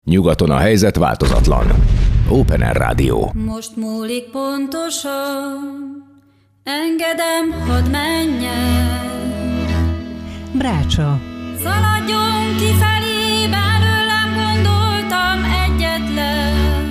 Nyugaton a helyzet változatlan. Open Air Rádió. Most múlik pontosan, engedem, hadd menjen. Brácsa. Szaladjon kifelé, belőlem gondoltam egyetlen.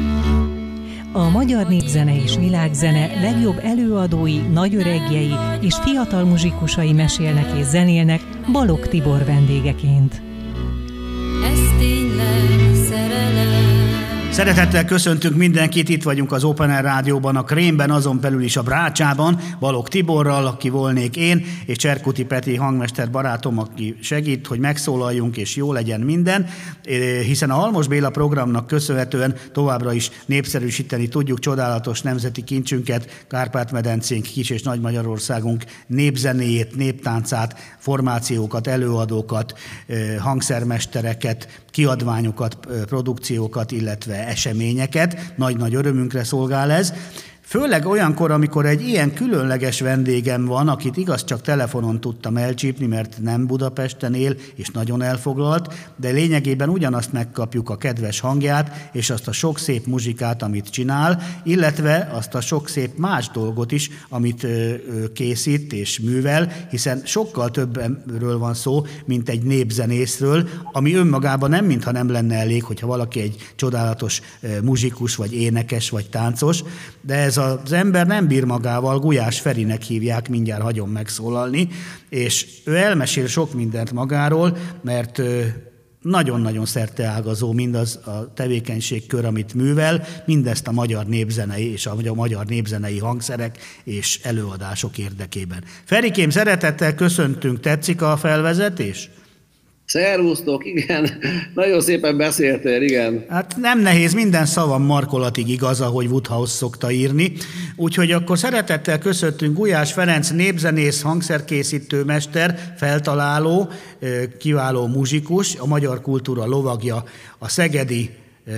A magyar népzene és világzene legjobb előadói, nagyöregjei és fiatal muzsikusai mesélnek és zenélnek Balogh Tibor vendégeként. Ez tényleg szerelem. Szeretettel köszöntünk mindenkit, itt vagyunk az Open Air Rádióban, a Krémben, azon belül is a Brácsában, Balogh Tiborral, aki volnék én, és Cserkuti Peti hangmester barátom, aki segít, hogy megszólaljunk és jó legyen minden, hiszen a Halmos Béla programnak köszönhetően továbbra is népszerűsíteni tudjuk csodálatos nemzeti kincsünket, Kárpát-medencénk, Kis- és Nagy-Magyarországunk népzenéjét, néptáncát, formációkat, előadókat, hangszermestereket, kiadványokat, produkciókat, illetve eseményeket. Nagy-nagy örömünkre szolgál ez. Főleg olyankor, amikor egy ilyen különleges vendégem van, akit igaz csak telefonon tudtam elcsípni, mert nem Budapesten él, és nagyon elfoglalt, de lényegében ugyanazt megkapjuk, a kedves hangját, és azt a sok szép muzsikát, amit csinál, illetve azt a sok szép más dolgot is, amit készít és művel, hiszen sokkal többről van szó, mint egy népzenészről, ami önmagában nem, mintha nem lenne elég, hogyha valaki egy csodálatos muzsikus, vagy énekes, vagy táncos, de ez az ember nem bír magával, Gulyás Ferinek hívják, mindjárt hagyom megszólalni, és ő elmesél sok mindent magáról, mert nagyon-nagyon szerteágazó mindaz a tevékenységkör, amit művel, mindezt a magyar népzenei és a magyar népzenei hangszerek és előadások érdekében. Ferikém, szeretettel köszöntünk, tetszik a felvezetés? Szervusztok, igen, nagyon szépen beszéltél, igen. Hát nem nehéz, minden szavam markolatig igaz, ahogy Woodhouse szokta írni. Úgyhogy akkor szeretettel köszöntünk Gulyás Ferenc, népzenész, hangszerkészítő mester, feltaláló, kiváló muzsikus, a magyar kultúra lovagja, a szegedi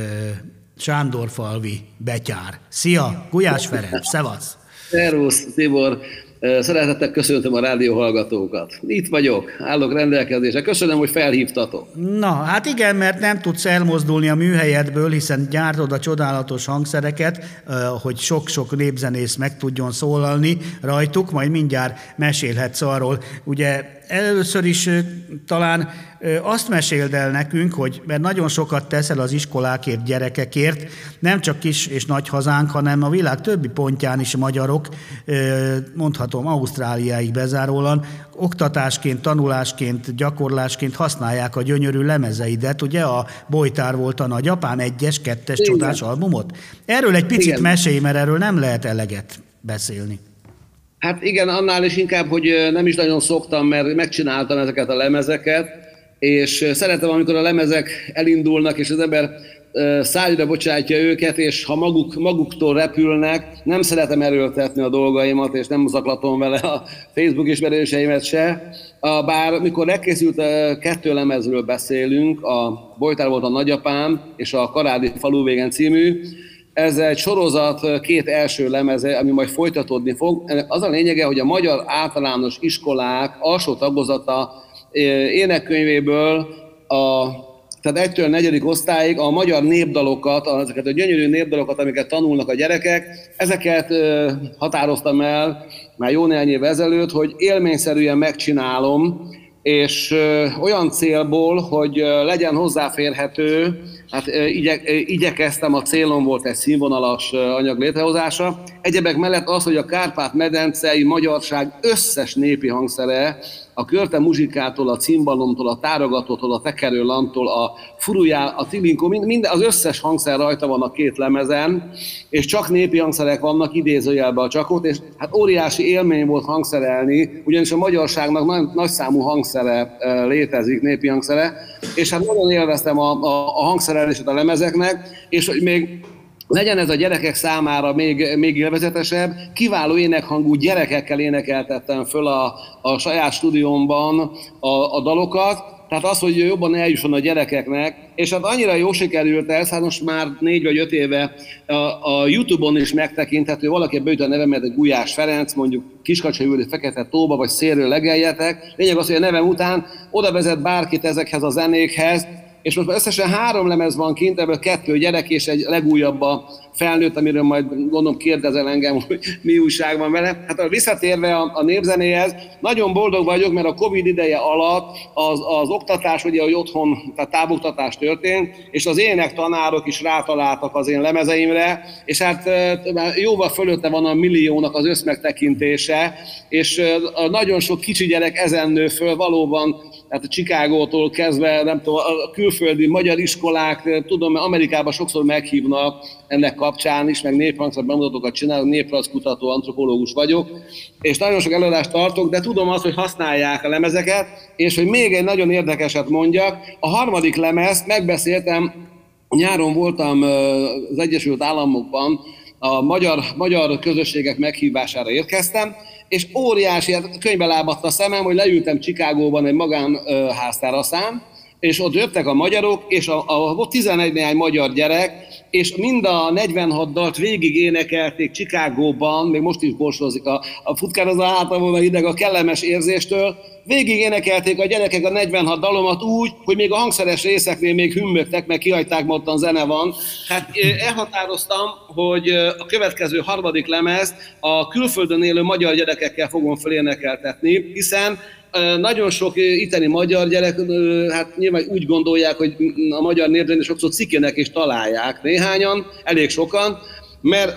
Sándorfalvi betyár. Szia, Gulyás Ferenc, szevasz! Szervusz, Tibor! Szeretettel köszöntöm a rádió hallgatókat. Itt vagyok, állok rendelkezésre. Köszönöm, hogy felhívtatok. Na, hát igen, mert nem tudsz elmozdulni a műhelyedből, hiszen gyártod a csodálatos hangszereket, hogy sok-sok népzenész meg tudjon szólalni rajtuk, majd mindjárt mesélhetsz arról. Ugye először is talán azt meséld el nekünk, hogy mert nagyon sokat teszel az iskolákért, gyerekekért, nem csak kis és nagy hazánk, hanem a világ többi pontján is magyarok, mondhatom Ausztráliáig bezárólan, oktatásként, tanulásként, gyakorlásként használják a gyönyörű lemezeidet. Ugye a Bojtár volt a nagyapám, 1-es, 2-es csodás albumot. Erről egy picit mesélj, mert erről nem lehet eleget beszélni. Hát igen, annál is inkább, hogy nem is nagyon szoktam, mert megcsináltam ezeket a lemezeket, és szeretem, amikor a lemezek elindulnak, és az ember szárnyra bocsátja őket, és ha maguktól repülnek, nem szeretem erőltetni a dolgaimat, és nem zaklatom vele a Facebook ismerőseimet se. Bár mikor elkészült 2 lemezről beszélünk, a Bojtár volt a nagyapám, és a Karádi faluvégen című, ez egy sorozat 2 első lemeze, ami majd folytatódni fog. Az a lényege, hogy a magyar általános iskolák alsó tagozata énekkönyvéből, tehát 1-től 4. osztályig a magyar népdalokat, ezeket a gyönyörű népdalokat, amiket tanulnak a gyerekek, ezeket határoztam el már jó néhány év ezelőtt, hogy élményszerűen megcsinálom, és olyan célból, hogy legyen hozzáférhető, hát igyekeztem, a célom volt egy színvonalas anyag létrehozása. Egyebek mellett az, hogy a Kárpát-medencei magyarság összes népi hangszere, a körte muzsikától, a cimbalomtól, a tárogatótól, a tekerőlamtól, a furujá, a tilinkó, az összes hangszer rajta van a 2 lemezen, és csak népi hangszerek vannak, idézőjelben a csakot, és hát óriási élmény volt hangszerelni, ugyanis a magyarságnak nagy számú hangszere létezik, népi hangszere, és hát nagyon élveztem a hangszerelését a lemezeknek, és hogy még legyen ez a gyerekek számára még élvezetesebb, kiváló énekhangú gyerekekkel énekeltettem föl a saját stúdiómban a dalokat, tehát az, hogy jobban eljusson a gyerekeknek, és hát annyira jó sikerült ez, hát most már 4 vagy 5 éve a YouTube-on is megtekinthető, valaki beüt a nevemet, Gulyás Ferenc, mondjuk Kiskacsagyúri Fekete tóba, vagy Szélről legeljetek. Lényeg az, hogy a nevem után oda vezet bárkit ezekhez a zenékhez, és most már összesen 3 lemez van kint, ebből 2 gyerek, és egy legújabb a felnőtt, amiről majd gondolom kérdezel engem, hogy mi újság van vele. Hát visszatérve a népzenéhez, nagyon boldog vagyok, mert a Covid ideje alatt az oktatás, ugye, hogy otthon, tehát távoktatás történt, és az énektanárok is rátaláltak az én lemezeimre, és hát jóval fölötte van a milliónak az összmegtekintése, és nagyon sok kicsi gyerek ezen nő föl, valóban, tehát a Chicagótól kezdve, nem tudom, a külföldi magyar iskolák, tudom, mert Amerikában sokszor meghívnak ennek kapcsán is, meg néprajzot bemutatókat csinálok, néprajzkutató, antropológus vagyok, és nagyon sok előadást tartok, de tudom azt, hogy használják a lemezeket, és hogy még egy nagyon érdekeset mondjak, a 3. lemezt megbeszéltem, nyáron voltam az Egyesült Államokban, a magyar közösségek meghívására érkeztem, és óriási, könyvbe lábadt a szemem, hogy leültem Chicagóban egy magánházteraszán, és ott jöttek a magyarok, és volt 11 néhány magyar gyerek, és mind a 46 dalt végig énekelték Chicagóban, még most is borsozik a futkár, az általában hideg a kellemes érzéstől, végig énekelték a gyerekek a 46 dalomat úgy, hogy még a hangszeres részeknél még hümmögtek, meg kihagyták, mert ottan zene van. Hát elhatároztam, hogy a következő 3. lemezt a külföldön élő magyar gyerekekkel fogom felénekeltetni, hiszen nagyon sok itteni magyar gyerek, hát nyilván úgy gondolják, hogy a magyar népzenét sokszor cikének is találják néhányan, elég sokan, mert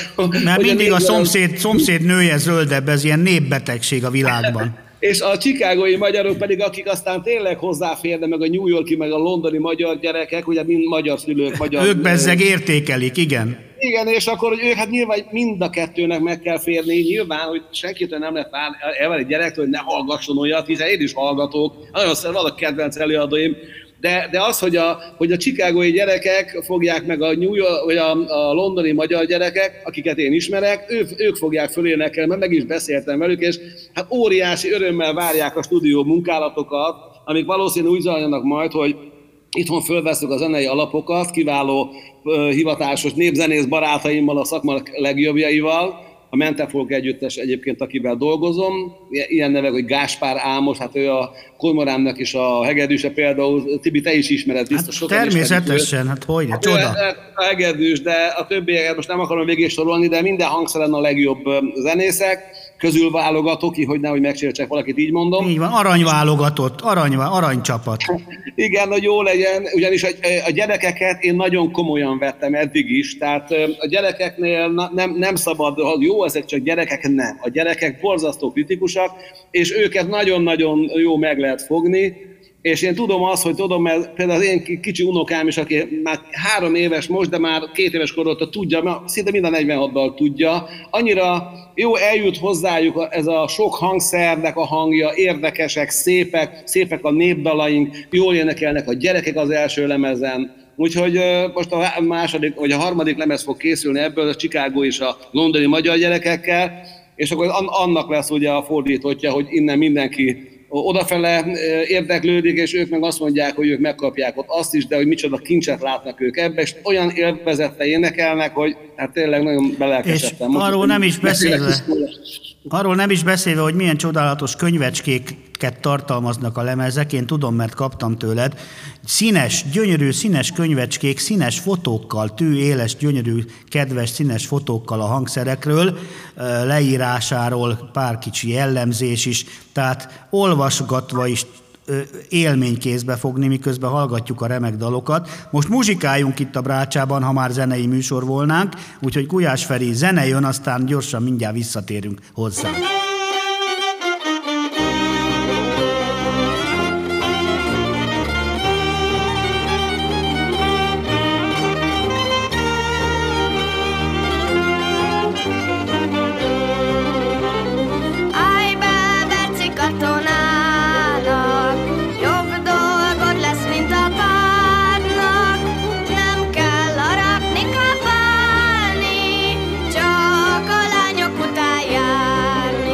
mindig a szomszéd nője zöldebb, ez ilyen népbetegség a világban. És a chicagói magyarok pedig, akik aztán tényleg hozzáférnek, meg a New Yorki, meg a londoni magyar gyerekek, ugye mind magyar szülők, magyar... Ők bezzeg értékelik, igen. Igen, és akkor, hogy ők, hát nyilván mind a kettőnek meg kell férni, nyilván, hogy senkitől nem lehet elvenni egy gyerektől, hogy ne hallgasson olyat, hiszen én is hallgatok, nagyon vannak kedvenc előadóim, de az, hogy a chicagói gyerekek fogják meg a New York, vagy a londoni magyar gyerekek, akiket én ismerek, ők fogják fölénekelni, mert meg is beszéltem velük, és hát óriási örömmel várják a stúdió munkálatokat, amik valószínűleg úgy zajlanak majd, hogy itthon fölveszünk a zenei alapokat, kiváló hivatásos népzenész barátaimmal, a szakma legjobbjaival, a Mentefolk együttes egyébként, akivel dolgozom, ilyen nevek, hogy Gáspár Ámos, hát ő a Kormorámnak is a hegedűse például, Tibi, te is ismered biztos. Hát természetesen, hát hogy, csoda. A hegedűs, de a többieket most nem akarom végig sorolni, de minden hangszeren a legjobb zenészek, közül válogatok ki, hogy nehogy megsértsek valakit, így mondom. Így van, aranyválogatott, aranycsapat. Igen, hogy jó legyen, ugyanis a gyerekeket én nagyon komolyan vettem eddig is, tehát a gyerekeknél nem szabad, jó, ezek csak gyerekek, nem. A gyerekek borzasztó kritikusak, és őket nagyon-nagyon jó meg lehet fogni, és én tudom azt, hogy mert például az én kicsi unokám is, aki már 3 éves most, de már 2 éves korolta tudja, mert szinte minden 46 dal tudja, annyira jó eljut hozzájuk ez a sok hangszernek a hangja, érdekesek, szépek a népdalaink, jól énekelnek a gyerekek az első lemezen. Úgyhogy most a 2. vagy a 3. lemez fog készülni ebből, a Chicago és a londoni magyar gyerekekkel, és akkor annak lesz ugye a fordítottja, hogy innen mindenki odafele érdeklődik, és ők meg azt mondják, hogy ők megkapják ott azt is, de hogy micsoda kincset látnak ők ebbe, és olyan élvezettel énekelnek, hogy hát tényleg nagyon belelkesedtem. És arról nem is beszélve, hogy milyen csodálatos könyvecskéket tartalmaznak a lemezek, én tudom, mert kaptam tőled. Gyönyörű színes könyvecskék, színes fotókkal, éles, gyönyörű, kedves színes fotókkal a hangszerekről, leírásáról pár kicsi jellemzés is, tehát olvasgatva is élménykézbe fogni, miközben hallgatjuk a remek dalokat. Most muzsikáljunk itt a Brácsában, ha már zenei műsor volnánk, úgyhogy Gulyás Feri zene jön, aztán gyorsan mindjárt visszatérünk hozzá. Csak a lányok után járni.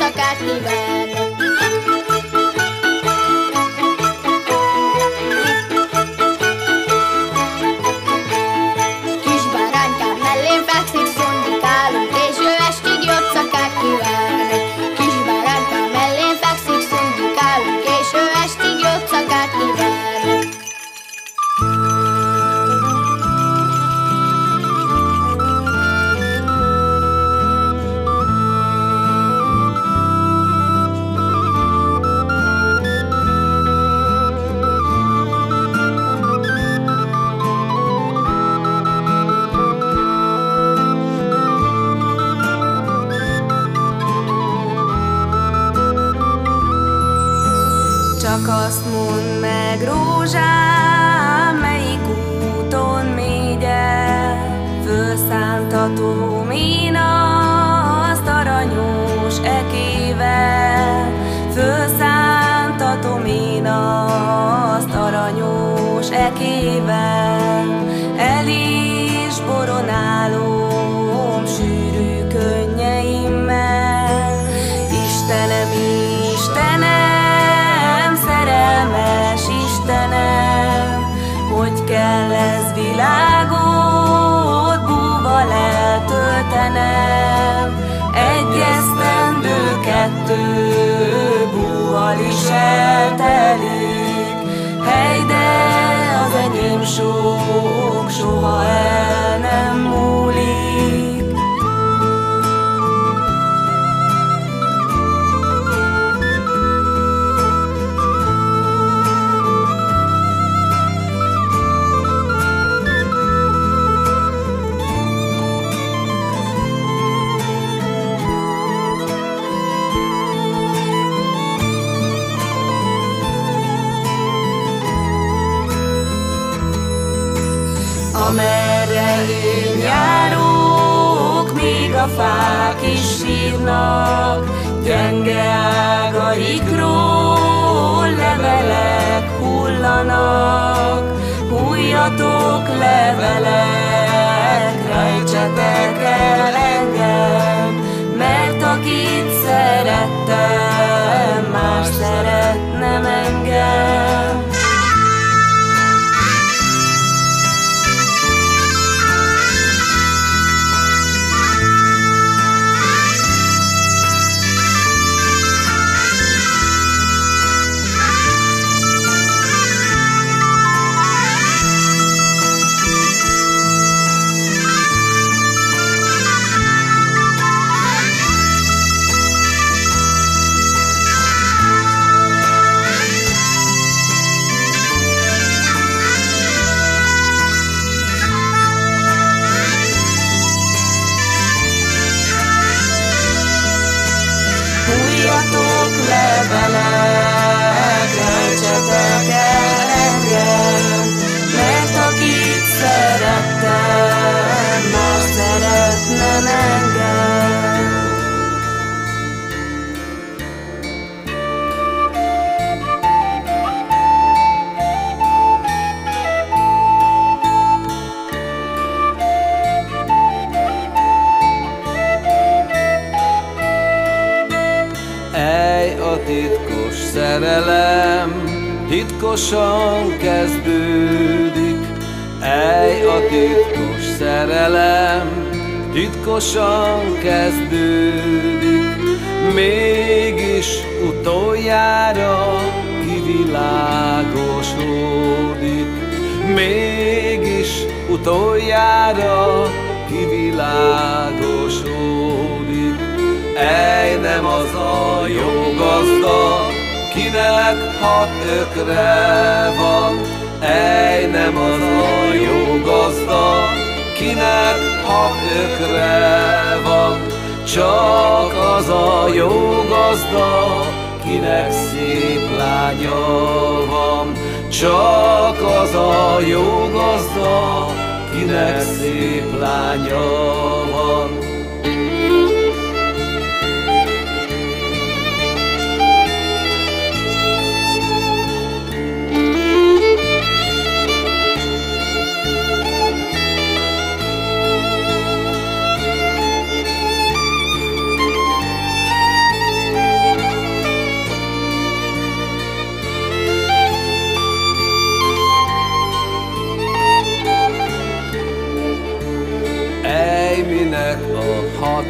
szakát kivernek. Kis báránykám mellén fekszik, szundikálunk, és ő estig jobb szakát kivernek. Kis báránykám mellén fekszik, szundikálunk, és ő estig jobb szakát kivernek. Csak azt mondd meg, rózsám, melyik úton mégy el, fölszántatom én azt aranyos ekével, fölszántatom én azt aranyos ekével, el is boronálom sűrű könnyeimmel. Istenem, Istenem, szerelmes Istenem, hogy kell ez világot búval eltöltenem. Egy esztendő, 2 búval is eltelik, hely, de az enyém sok, soha el nem múlik. Amerre én járok, még a fák is sírnak, gyenge ágaikról levelek hullanak. Hújjatok levelek, rejtsetek el engem, mert akit szerettem, más szeretnem engem. Levelek, rejtsetek el engem, mert akit szerettem, más szeretnem engem. Titkos szerelem titkosan kezdődik, ej, a titkos szerelem titkosan kezdődik, mégis utoljára kivilágosodik, mégis utoljára kivilágosodik. Ej, nem az a jó gazda, kinek 6 ökre van. Ej, nem az a jó gazda, kinek 6 ökre van. Csak az a jó gazda, kinek szép lánya van. Csak az a jó gazda, kinek szép lánya van.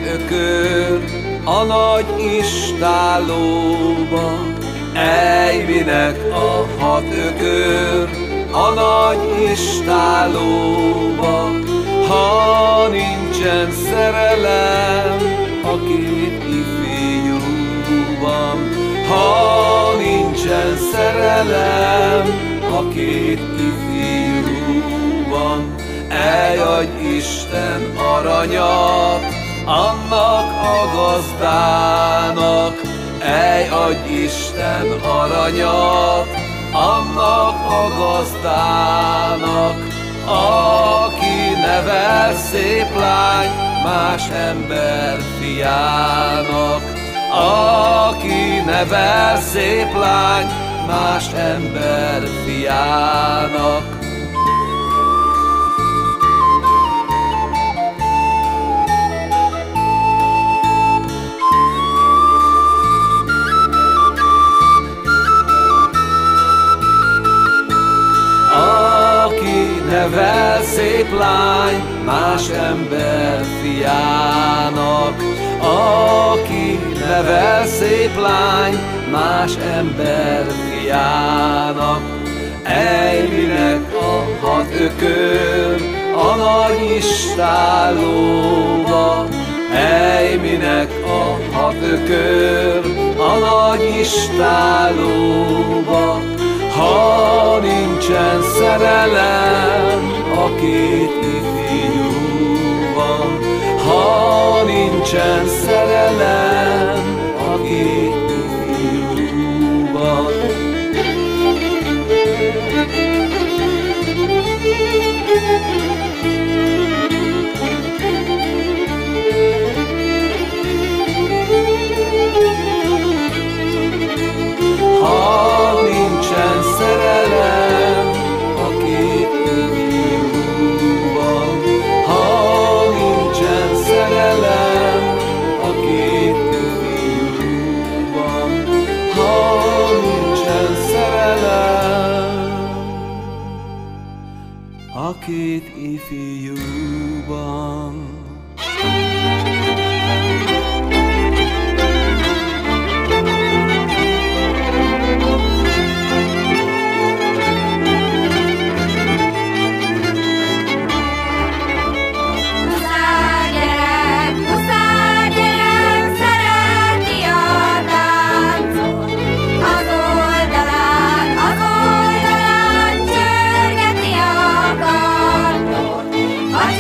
ökör a nagy istállóba. Ej, minek a 6 ökör a nagy istállóba, ha nincsen szerelem a 2 ifjúban. Ha nincsen szerelem a 2 ifjúban. Ej, adj Isten aranyat annak a gazdának. Ej, adj Isten aranyat annak a gazdának, aki nevel szép lány más ember fiának. Aki nevel szép lány más ember fiának. Aki nevel szép lány más ember fiának. Aki nevel szép lány más ember fiának. Ej, minek a 6 ökör a nagy istállóba. Ej, minek a 6 ökör a nagy istállóba, ha nincsen szerelem a 2 ifjúban. Ha nincsen szerelem a 2 ifjúban. Ha nincsen szerelem a 2 ifjúban. Ha nincsen szerelem a 2 ifjúban. Ha nincsen szerelem a 2 ifjúban. A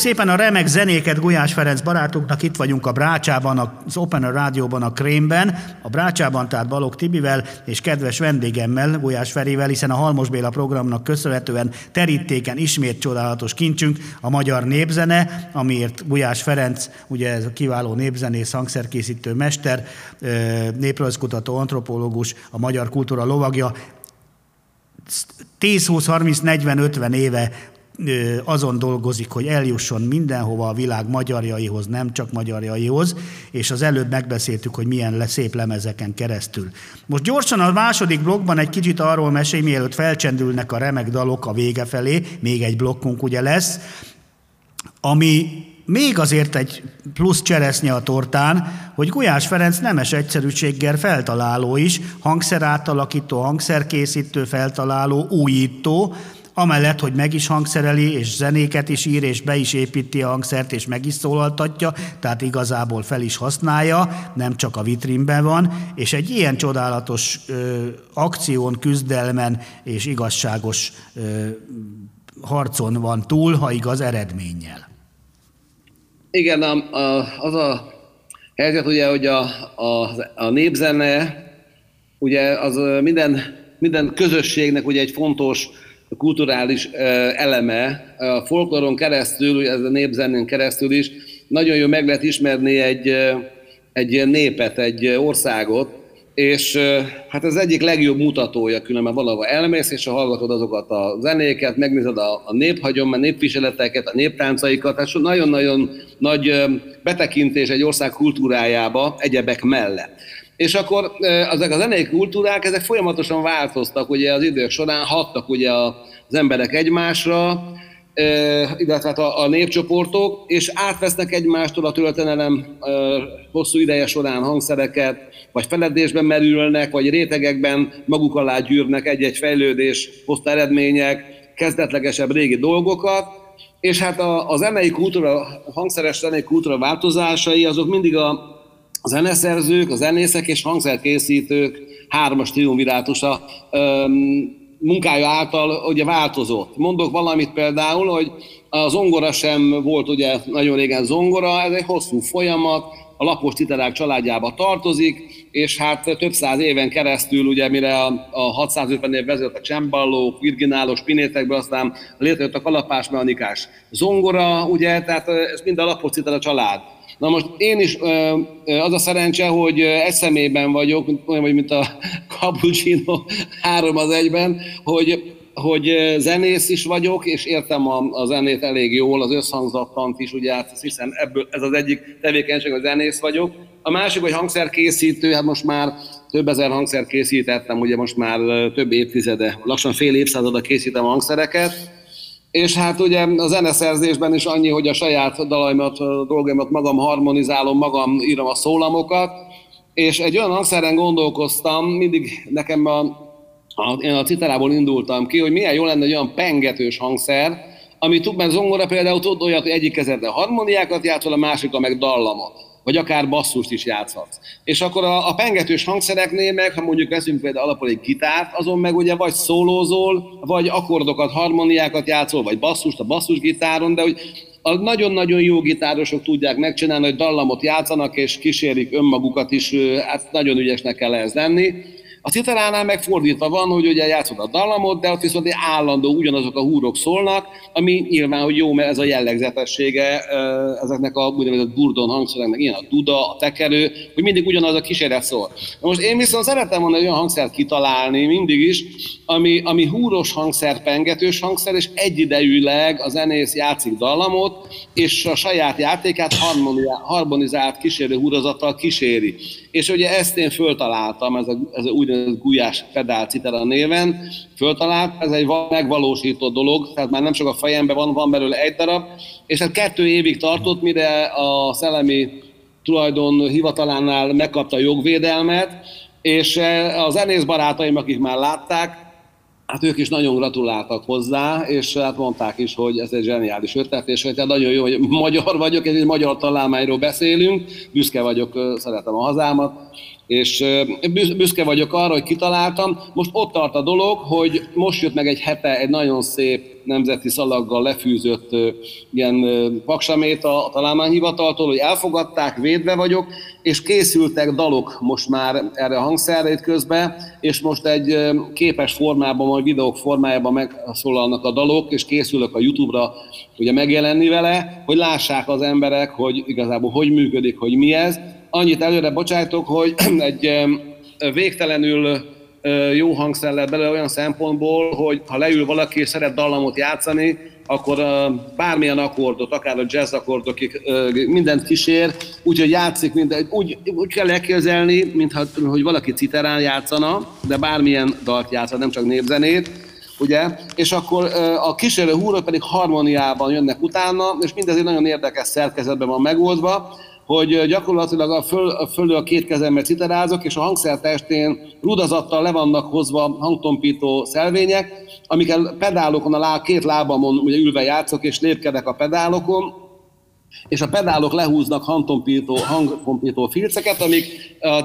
szépen a remek zenéket Gulyás Ferenc barátunknak, itt vagyunk a Brácsában, az Open Rádióban, a Krémben, a Brácsában, tehát Balogh Tibivel és kedves vendégemmel, Gulyás Ferivel, hiszen a Halmos Béla programnak köszönhetően terítéken ismét csodálatos kincsünk a magyar népzene, amiért Gulyás Ferenc, ugye ez a kiváló népzenész, hangszerkészítő mester, néprajzkutató, antropológus, a magyar kultúra lovagja, 10-20-30-40-50 éve azon dolgozik, hogy eljusson mindenhova a világ magyarjaihoz, nem csak magyarjaihoz, és az előbb megbeszéltük, hogy milyen szép lemezeken keresztül. Most gyorsan a második blokkban egy kicsit arról mesélj, mielőtt felcsendülnek a remek dalok a vége felé, még egy blokkunk ugye lesz, ami még azért egy plusz cseresznye a tortán, hogy Gulyás Ferenc nemes egyszerűséggel feltaláló is, hangszerátalakító, hangszerkészítő, feltaláló, újító, amellett, hogy meg is hangszereli, és zenéket is ír, és be is építi a hangszert, és meg is szólaltatja, tehát igazából fel is használja, nem csak a vitrínben van, és egy ilyen csodálatos akción, küzdelmen és igazságos harcon van túl, ha igaz, eredménnyel. Igen, az a helyzet, ugye, hogy a népzene, ugye az minden közösségnek ugye egy fontos kulturális eleme. A folkloron keresztül, ugye ez a népzenén keresztül is nagyon jól meg lehet ismerni egy népet, egy országot, és hát ez egyik legjobb mutatója, különben valahol elmész, és ha hallgatod azokat a zenéket, megnézed a néphagyomány, népviseleteket, a néptáncaikat, tehát nagyon-nagyon nagy betekintés egy ország kultúrájába egyebek mellett. És akkor ezek a zenei kultúrák, ezek folyamatosan változtak ugye az idők során, hattak ugye az emberek egymásra, illetve a népcsoportok, és átvesznek egymástól a történelem hosszú ideje során hangszereket, vagy feledésben merülnek, vagy rétegekben maguk alá gyűrnek egy-egy fejlődés hozta eredmények, kezdetlegesebb régi dolgokat, és hát a zenei kultúra, a hangszeres zenei kultúra változásai azok mindig a zeneszerzők, a zenészek és hangszerkészítők hármas triumvirátusa munkája által ugye változott. Mondok valamit például, hogy a zongora sem volt ugye nagyon régen zongora, ez egy hosszú folyamat, a lapos citerák családjába tartozik, és hát több száz éven keresztül, ugye mire a 650 év vezet a csembalók, virginálós spinétekből, aztán létrejött a kalapásmechanikás zongora, ugye, tehát ez mind a lapos citera család. Na most én is, az a szerencse, hogy egy személyben vagyok, olyan vagy, mint a cappuccino 3-1-ben, hogy zenész is vagyok, és értem a zenét elég jól, az összhangzattant is, ugye, hiszen ebből ez az egyik tevékenység, hogy zenész vagyok. A másik, hogy hangszerkészítő, hát most már több ezer hangszert készítettem, ugye most már több évtizede, lassan fél évszázada készítem a hangszereket, és hát ugye a zeneszerzésben is annyi, hogy a saját dalaimat, dolgaimat magam harmonizálom, magam írom a szólamokat, és egy olyan hangszeren gondolkoztam, mindig nekem én a citerából indultam ki, hogy milyen jó lenne egy olyan pengetős hangszer, ami tud, mert zongora például tud olyat, hogy egyik kezedben harmóniákat játszol, a másikra meg dallamot, vagy akár basszust is játszhatsz. És akkor a pengetős hangszereknél meg, ha mondjuk veszünk például alapul egy gitárt, azon meg ugye vagy szólózol, vagy akkordokat, harmóniákat játszol, vagy basszust a basszusgitáron, de hogy a nagyon-nagyon jó gitárosok tudják megcsinálni, hogy dallamot játszanak, és kísérik önmagukat is, hát nagyon ügyesnek kell ehhez lenni. A citeránál megfordítva van, hogy ugye játszod a dallamot, de ott viszont egy állandó ugyanazok a húrok szólnak, ami nyilván, hogy jó, mert ez a jellegzetessége ezeknek a úgynevezett burdon hangszereknek, ilyen a duda, a tekerő, hogy mindig ugyanaz a kíséret szól. Most én viszont szeretem volna egy olyan hangszert kitalálni mindig is, ami húros hangszer, pengetős hangszer, és egyidejűleg a zenész játszik dallamot, és a saját játékát harmonizált kísérő húrozattal kíséri. És ugye ezt én föltaláltam, ez a úgynevezett Gulyás pedál citera néven, föltalált, ez egy megvalósított dolog, tehát már nem csak a fejemben van belőle egy darab, és hát 2 évig tartott, mire a szellemi tulajdon hivatalánál megkapta a jogvédelmet, és a zenész barátaim, akik már látták, hát ők is nagyon gratuláltak hozzá, és hát mondták is, hogy ez egy zseniális ötlet, és hogy nagyon jó, hogy magyar vagyok, egy magyar találmányról beszélünk, büszke vagyok, szeretem a hazámat, És büszke vagyok arra, hogy kitaláltam. Most ott tart a dolog, hogy most jött meg egy hete egy nagyon szép nemzeti szalaggal lefűzött ilyen paksamét a találmányhivataltól, hogy elfogadták, védve vagyok, és készültek dalok most már erre a hangszerre itt közben, és most egy képes formában, vagy videók formájában megszólalnak a dalok, és készülök a YouTube-ra ugye megjelenni vele, hogy lássák az emberek, hogy igazából hogy működik, hogy mi ez. Annyit előre bocsájtok, hogy egy végtelenül jó hangszer lett belőle olyan szempontból, hogy ha leül valaki és szeret dallamot játszani, akkor bármilyen akkordot, akár a jazz akkordokig mindent kísér, úgyhogy játszik, úgy kell elképzelni, mintha hogy valaki citerán játszana, de bármilyen dalt játszana, nem csak népzenét, ugye? És akkor a kísérő húrok pedig harmóniában jönnek utána, és mindez egy nagyon érdekes szerkezetben van megoldva, hogy gyakorlatilag a fölül a két kezemmel citerázok, és a hangszertestén rudazattal le vannak hozva hangtompító szelvények, amikkel pedálokon két lábamon ugye ülve játszok, és lépkedek a pedálokon, és a pedálok lehúznak hangtompító filceket, amik a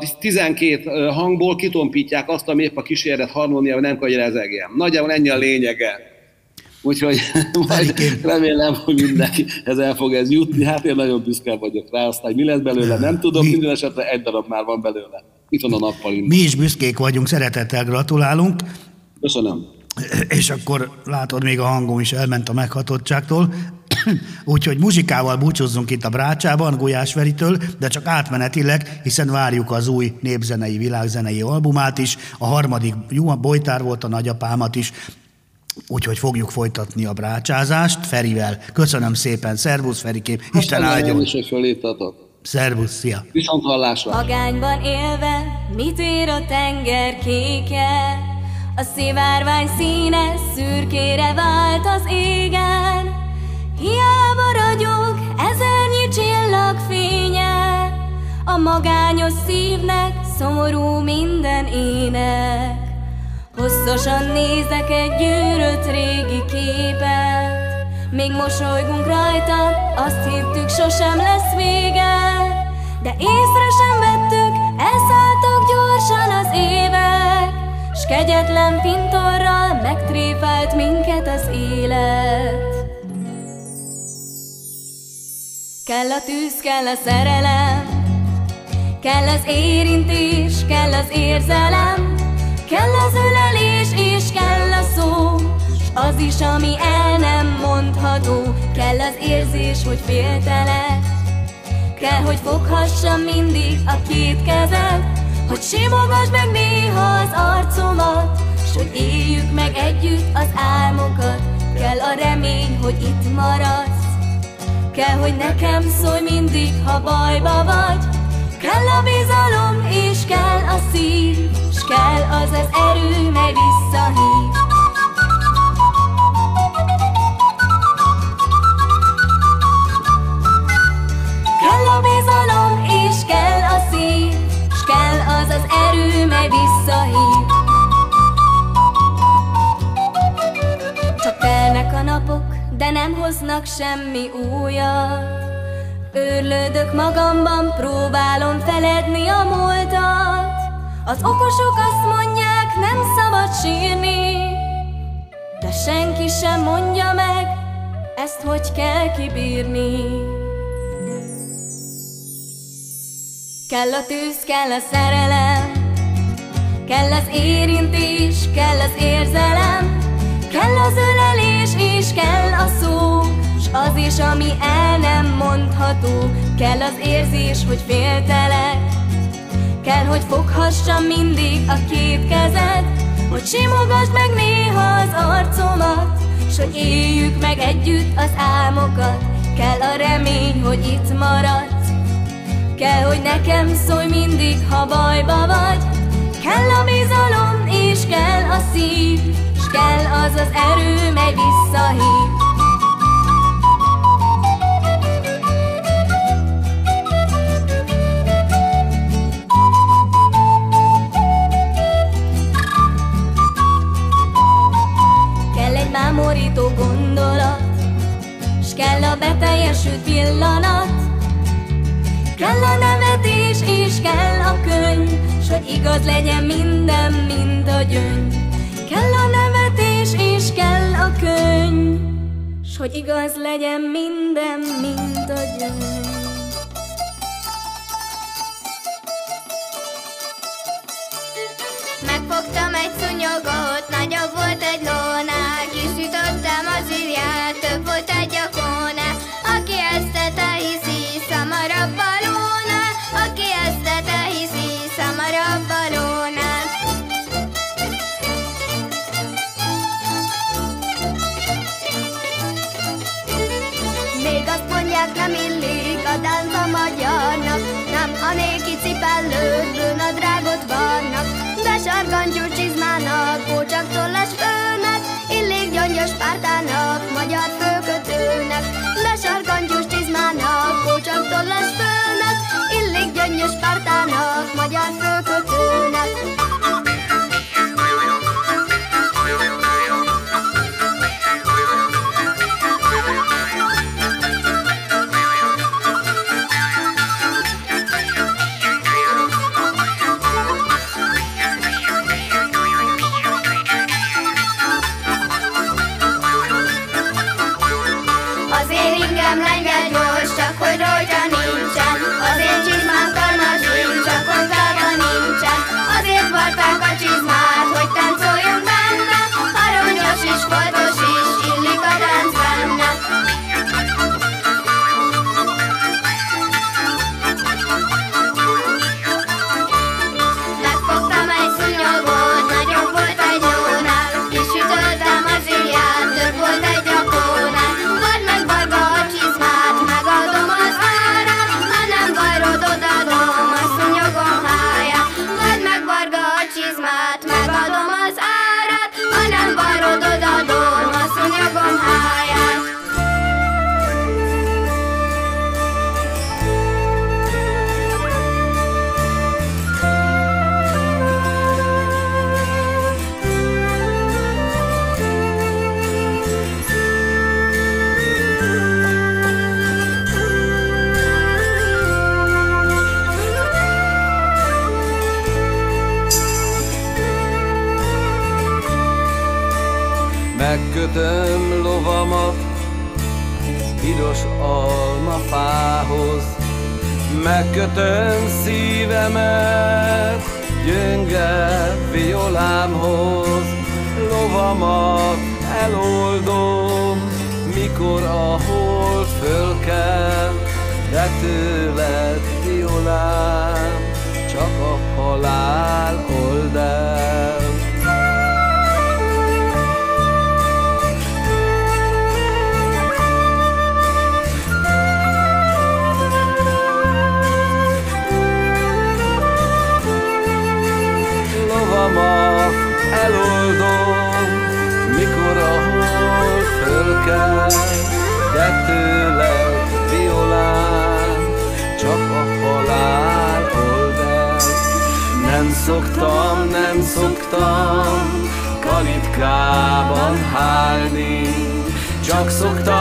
12 hangból kitompítják azt, ami épp a kísérlet harmóniában nem kell, hogy rezegjen. Nagyjából ennyi a lényege. Úgyhogy majd remélem, hogy mindenkihez el fog ez jutni. Hát én nagyon büszke vagyok rá, aztán mi lesz belőle, nem tudom, minden esetre egy darab már van belőle. Itt van a nappalink. Mi is büszkék vagyunk, szeretettel gratulálunk. Köszönöm. És akkor látod, még a hangom is elment a meghatottságtól. Úgyhogy muzsikával búcsúzzunk itt a Brácsában, Gulyás Feritől, de csak átmenetileg, hiszen várjuk az új népzenei, világzenei albumát is. A harmadik Bojtár volt, a nagyapámat is. Úgyhogy fogjuk folytatni a brácsázást Ferivel. Köszönöm szépen, szervusz Ferikém, Isten áldjon! Szervusz, szia! Viszonthallásra! Magányban élve, mit ér a tenger kéke? A szivárvány színe szürkére vált az égen. Hiába ragyog ezernyi csillag fénye, a magányos szívnek szomorú minden ének. Hosszasan nézek egy gyűrött régi képet, még mosolygunk rajta, azt hittük sosem lesz vége. De észre sem vettük, elszálltak gyorsan az évek, s kegyetlen fintorral megtréfált minket az élet. Kell a tűz, kell a szerelem, kell az érintés, kell az érzelem, kell az ölelés és kell a szó, s az is, ami el nem mondható. Kell az érzés, hogy féltelek, kell, hogy foghassam mindig a két kezed, hogy simogass meg néha az arcomat, s hogy éljük meg együtt az álmokat. Kell a remény, hogy itt maradsz, kell, hogy nekem szólj mindig, ha bajba vagy. Kell a bizalom és kell a szív, s kell az az erő, mely visszahív. Kell a bizalom és kell a szív, s kell az az erő, mely visszahív. Csak telnek a napok, de nem hoznak semmi újat. Őrlődök magamban, próbálom feledni a múltat. Az okosok azt mondják, nem szabad sírni, de senki sem mondja meg, ezt hogy kell kibírni. Kell a tűz, kell a szerelem, kell az érintés, kell az érzelem, kell az ölelés és kell a szó, s az is, ami el nem mondható. Kell az érzés, hogy féltelek, kell, hogy foghassam mindig a két kezed, hogy simogass meg néha az arcomat, s hogy éljük meg együtt az álmokat. Kell a remény, hogy itt maradsz, kell, hogy nekem szólj mindig, ha bajba vagy. Kell a bizalom és kell a szív, s kell az az erő, mely visszahív. Kell egy mámorító gondolat, s kell a beteljesült pillanat. Kell a nevetés és kell a könyv, s hogy igaz legyen minden, mint a gyöngy. Kell a nevetés és kell a könny, s hogy igaz legyen minden, mint a gyöngy. Megfogtam egy szúnyogot, nagyobb volt egy lónál, kisütöttem az írját, több volt egy a kónál. Aki eztete hiszi, szamarabb a lónál, aki eztete hiszi, szamarabb a lónál. Még azt mondják, nem illik a tánc a magyarnak, nem a néki cipellők, bőnadrágot vannak. De sarkantyús csizmának, kócsak tollas főnek, illik gyöngyös pártának, magyar főkötőnek. De sarkantyús csizmának, kócsak tollas főnek, illik gyöngyös pártának, magyar főkötőnek. Hogy rajta nincsen, az én csizmám karmas nincs, csak kontában nincsen. Azért varták a csizmát, hogy táncoljunk benne, aranyos is, foltos is, illik a tánc benne. Megfogtam egy szúnyogot, nagyobb volt egy lónál, kisütöttem az írját, több volt egy a kónál. Vard meg varga a csizmát, megadom az árát, ha nem varrod, odadom a szúnyogom háját. Vard meg varga a csizmát, megadom az árát, ha nem varrod, odadom a szúnyogom háját. Megkötöm lovamat piros almafához, megkötöm szívemet gyönge violámhoz. Lovamat eloldom, mikor a hold fölkel, de tőled violám, csak a halál old el. Lovamat eloldom, mikor a hold fölkel, de tőled violám, csak a halál old el. Nem szoktam kalitkában hálni, csak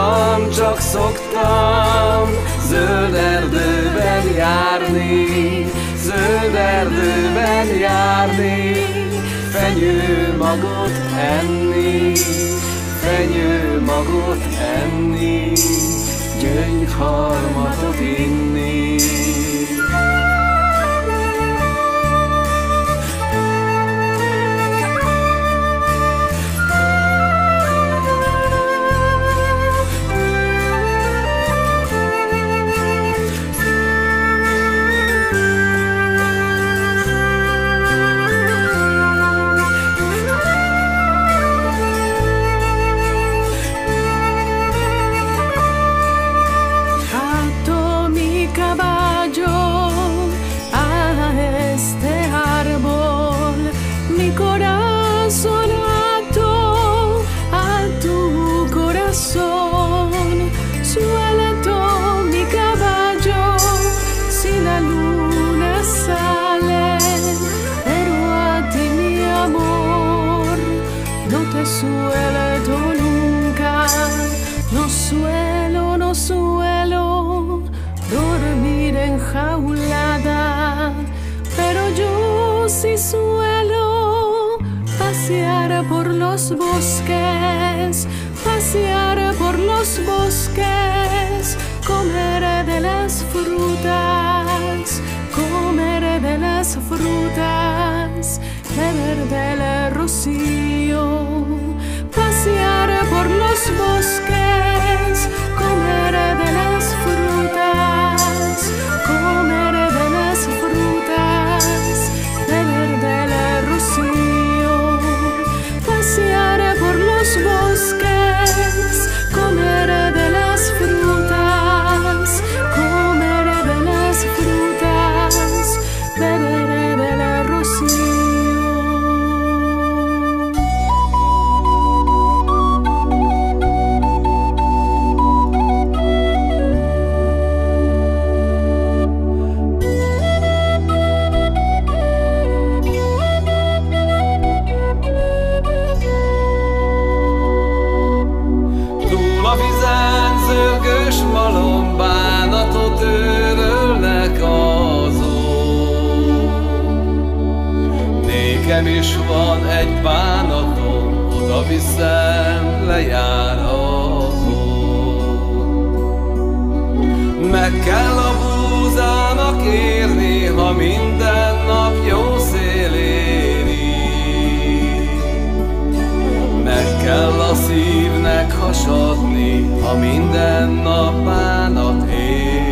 szoktam zöld erdőben járni, zöld erdőben járni, fenyőmagot enni, fenyőmagot enni, gyöngyharmatot inni. No suelo dormir enjaulada, pero yo y suelo, pasear por los bosques, pasear por los bosques, comer de las frutas, comer de las frutas, beber del rocío, pasear por los bosques, comer de las frutas, comer de las frutas, beber del rocío, pasear por los bosques, comer de las frutas, comer de las frutas, beber del rocío. Nekem is van egy bánatom, oda viszem, lejár a hó. Meg kell a búzának érni, ha minden nap jó szél éri. Meg kell a szívnek hasadni, ha minden nap bánat éri.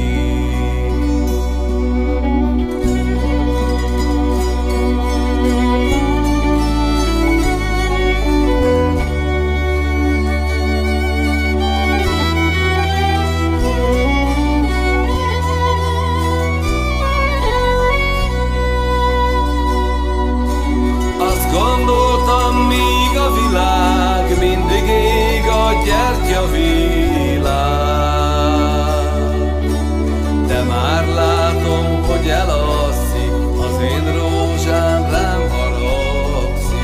Mindig ég a gyertyavilág, de már látom, hogy elalszik, az én rózsám rám haragszik.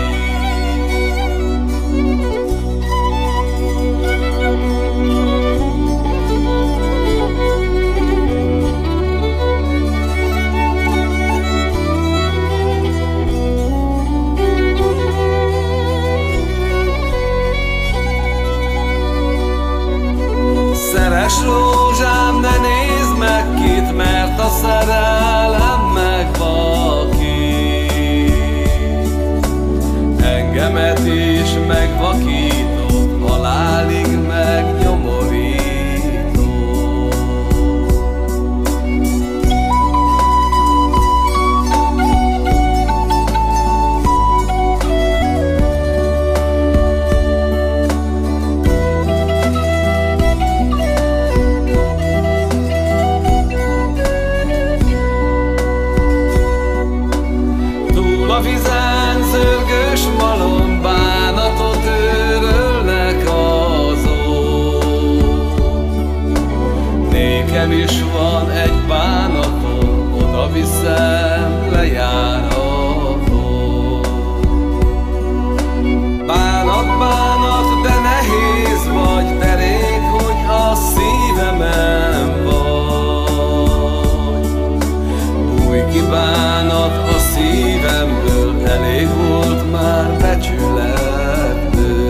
Szeres rózsám, ne nézd meg kit, mert a szerelem megvakít. Engemet is megvakított, halálig megnyomorít. A vizen zörgős malom, bánatot őrölnek azok. Nékem is van egy bánatom, oda viszem, lejár a hó. Bánat, bánat, de nehéz vagy, derék, hogy a szívemen vagy. Bújj ki bánat a szívemből, elég volt már becsületből.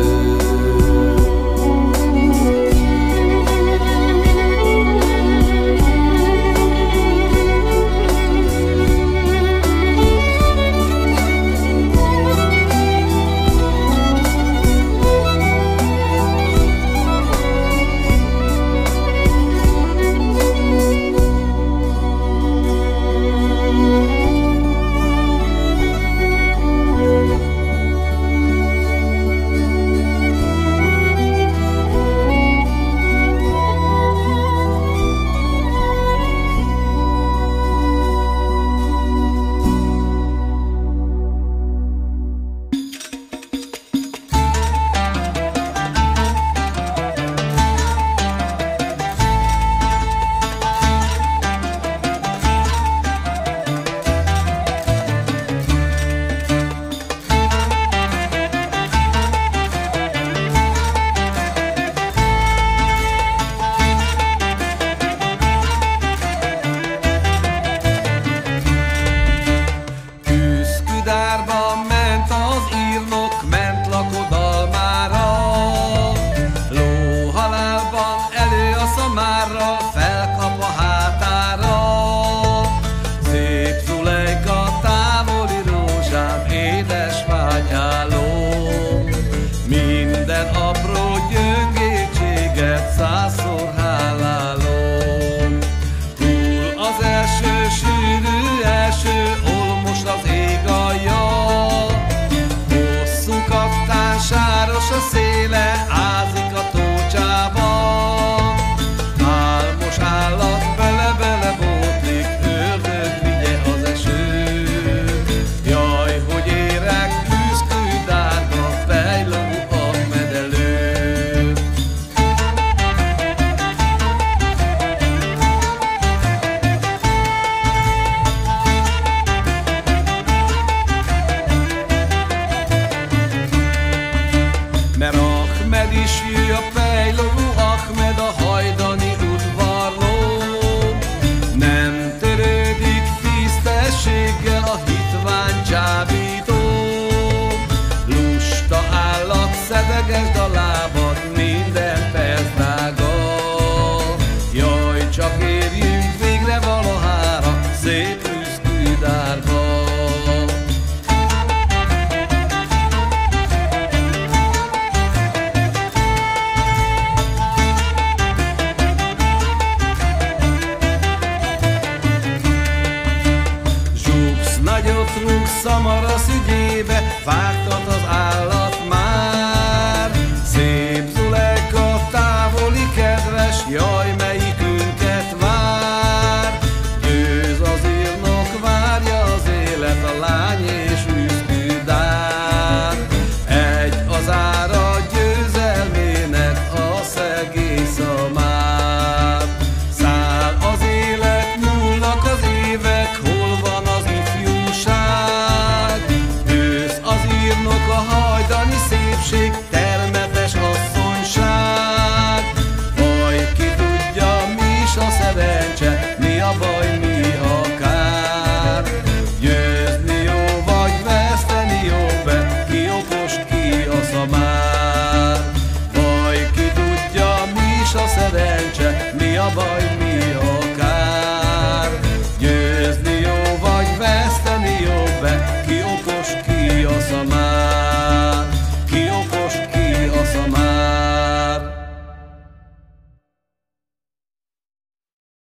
szamarasz ügyébe, vágta